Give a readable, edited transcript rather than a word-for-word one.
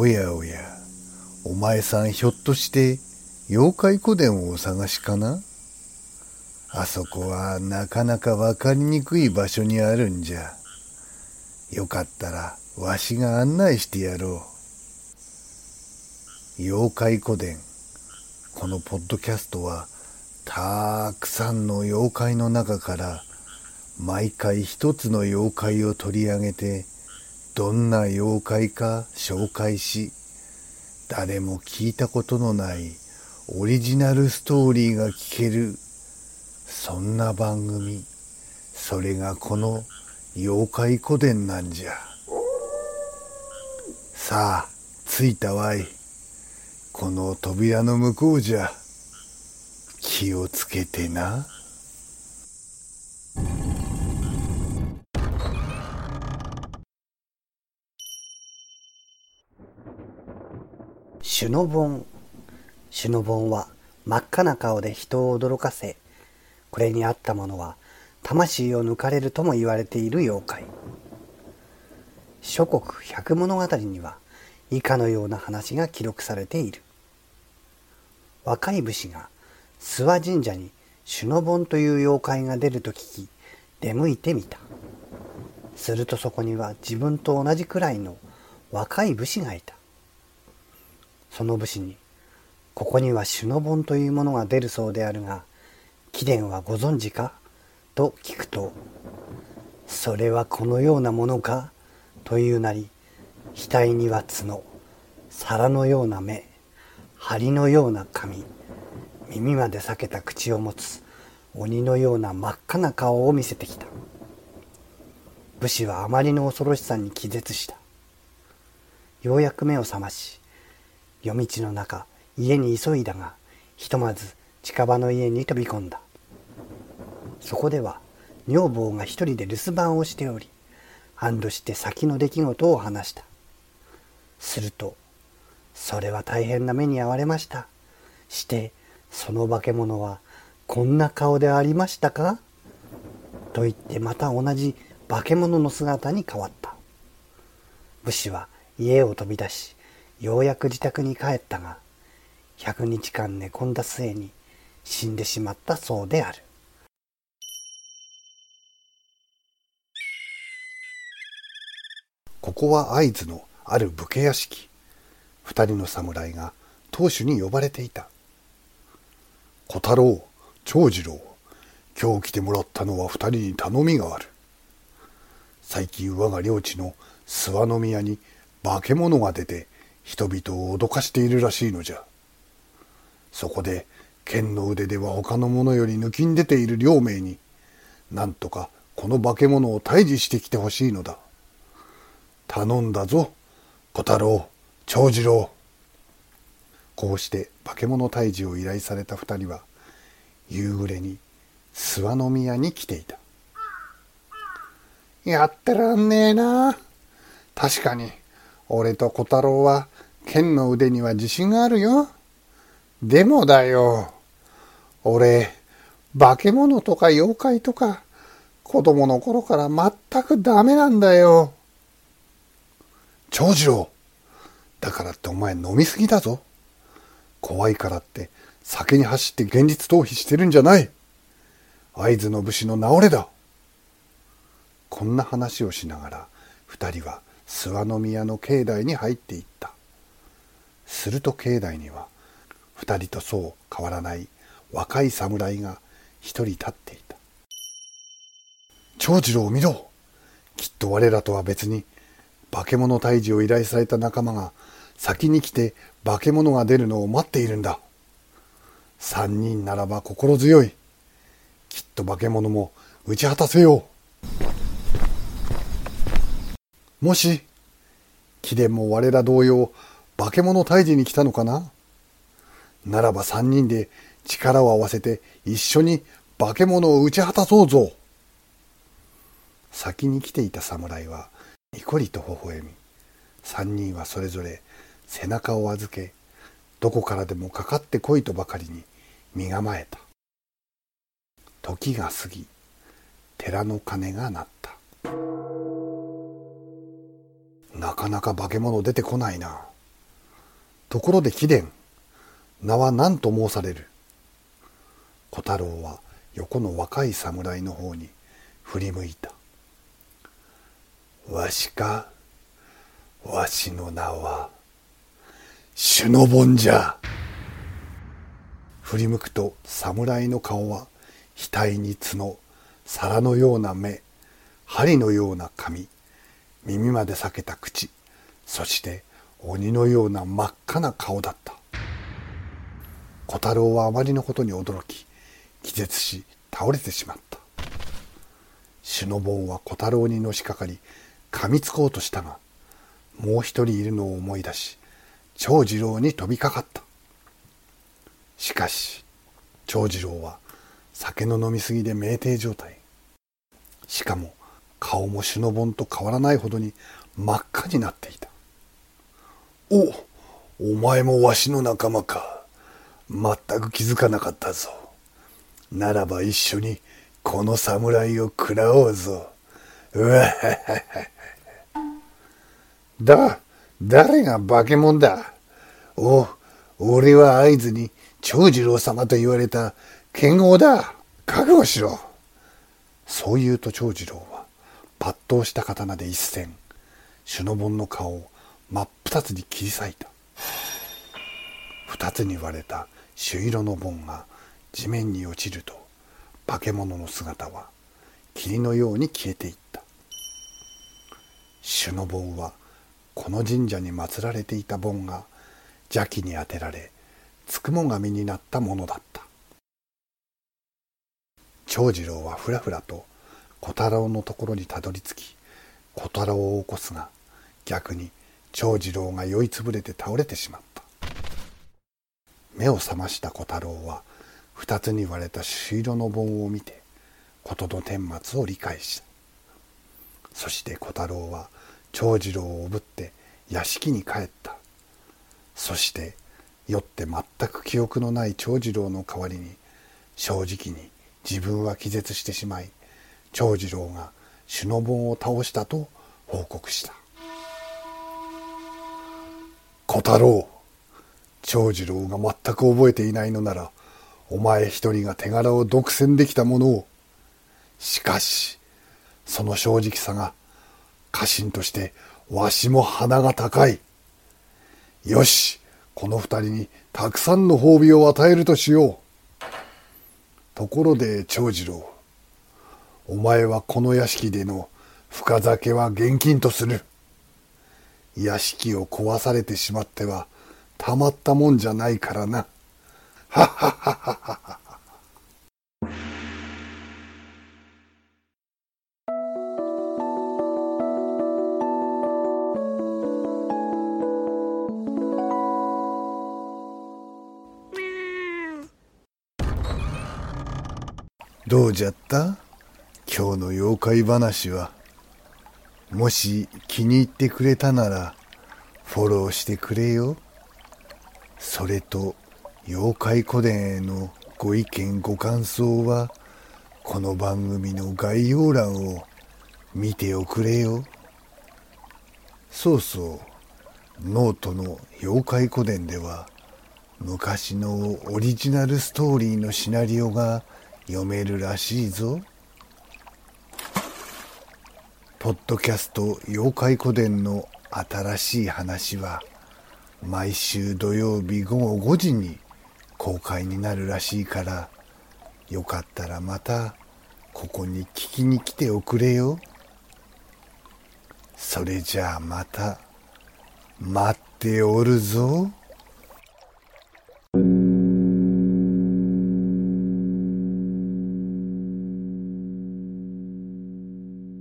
おやおや、お前さんひょっとして妖怪古殿をお探しかな？あそこはなかなかわかりにくい場所にあるんじゃ。よかったらわしが案内してやろう。妖怪古殿。このポッドキャストはたくさんの妖怪の中から毎回一つの妖怪を取り上げて、どんな妖怪か紹介し、誰も聞いたことのないオリジナルストーリーが聞ける、そんな番組。それがこの妖怪古典なんじゃ。さあ着いたわい。この扉の向こうじゃ。気をつけてな。 シュノボン。シュノボンは真っ赤な顔で人を驚かせ、これにあったものは魂を抜かれるとも言われている妖怪。諸国百物語には以下のような話が記録されている。若い武士が諏訪神社にシュノボンという妖怪が出ると聞き、出向いてみた。するとそこには自分と同じくらいの若い武士がいた。その武士に、ここにはシュノボンというものが出るそうであるが、貴殿はご存知かと聞くと、それはこのようなものかというなり、額には角、皿のような目、針のような髪、耳まで裂けた口を持つ鬼のような真っ赤な顔を見せてきた。武士はあまりの恐ろしさに気絶した。ようやく目を覚まし、夜道の中、家に急いだが、ひとまず近場の家に飛び込んだ。そこでは女房が一人で留守番をしており、安堵して先の出来事を話した。すると、それは大変な目に遭われました。して、その化け物はこんな顔でありましたかと言ってまた同じ化け物の姿に変わった。武士は家を飛び出し、ようやく自宅に帰ったが、100日間寝込んだ末に死んでしまったそうである。 ここは会津のある武家屋敷。二人の侍が当主に呼ばれていた。小太郎、長次郎、今日来てもらったのは二人に頼みがある。最近我が領地の諏訪宮に化け物が出て人々を脅かしているらしいのじゃ。そこで剣の腕では他の者より抜きん出ている両名に、なんとかこの化け物を退治してきてほしいのだ。頼んだぞ、小太郎、長次郎。こうして化け物退治を依頼された二人は夕暮れに諏訪宮に来ていた。やってらんねえな。確かに俺と小太郎は剣の腕には自信があるよ。でもだよ、俺化け物とか妖怪とか子供の頃から全くダメなんだよ。長次郎、だからってお前飲みすぎだぞ。怖いからって酒に走って現実逃避してるんじゃない。会津の武士の直れだ。こんな話をしながら二人は諏訪宮の境内に入っていった。すると境内には二人とそう変わらない若い侍が一人立っていた。長次郎を見ろ。きっと我らとは別に化け物退治を依頼された仲間が先に来て化け物が出るのを待っているんだ。三人ならば心強い。きっと化け物も打ち果たせよう。もし貴殿も我ら同様化け物退治に来たのかな。ならば三人で力を合わせて一緒に化け物を打ち果たそうぞ。先に来ていた侍はにこりと微笑み、三人はそれぞれ背中を預け、どこからでもかかってこいとばかりに身構えた。時が過ぎ、寺の鐘が鳴った。なかなか化け物出てこないな。 ところで貴殿、名は何と申される？小太郎は横の若い侍の方に振り向いた。わしか、わしの名はシュノボンじゃ。振り向くと侍の顔は額に角、皿のような目、針のような髪、耳まで裂けた口、そして鬼のような真っ赤な顔だった。小太郎はあまりのことに驚き、気絶し倒れてしまった。シュノボンは小太郎にのしかかり噛みつこうとしたが、もう一人いるのを思い出し、長次郎に飛びかかった。しかし長次郎は酒の飲みすぎで酩酊状態。しかも顔もシュノボンと変わらないほどに真っ赤になっていた。お前もわしの仲間か。全く気づかなかったぞ。ならば一緒にこの侍を食らおうぞ。うわはは。誰が化け物だ。俺は会津に長次郎様と言われた剣豪だ。覚悟しろ。そう言うと長次郎は抜刀した刀で一閃、シュノボンの顔を真っ二つに切り裂いた。二つに割れた朱色の盆が地面に落ちると、化け物の姿は霧のように消えていった。シュノボンはこの神社に祀られていた盆が邪気に当てられ、つくも神になったものだった。長次郎はふらふらと小太郎のところにたどり着き、小太郎を起こすが、逆に長次郎が酔いつぶれて倒れてしまった。目を覚ました小太郎は二つに割れた朱色の盆を見て事の顛末を理解した。そして小太郎は長次郎をおぶって屋敷に帰った。そして酔って全く記憶のない長次郎の代わりに、正直に自分は気絶してしまい、長次郎がシュノボンを倒したと報告した。小太郎、長次郎が全く覚えていないのなら、お前一人が手柄を独占できたものを。しかしその正直さが家臣としてわしも鼻が高い。よし、この二人にたくさんの褒美を与えるとしよう。ところで長次郎、お前はこの屋敷での深酒は厳禁とする。屋敷を壊されてしまってはたまったもんじゃないからな。はっはっはっはっは。どうじゃった？今日の妖怪話は。もし気に入ってくれたならフォローしてくれよ。それと妖怪古典へのご意見ご感想はこの番組の概要欄を見ておくれよ。そうそう、ノートの妖怪古典では昔のオリジナルストーリーのシナリオが読めるらしいぞ。ポッドキャスト妖怪古典の新しい話は毎週土曜日午後5時に公開になるらしいから、よかったらまたここに聞きに来ておくれよ。それじゃあまた待っておるぞ。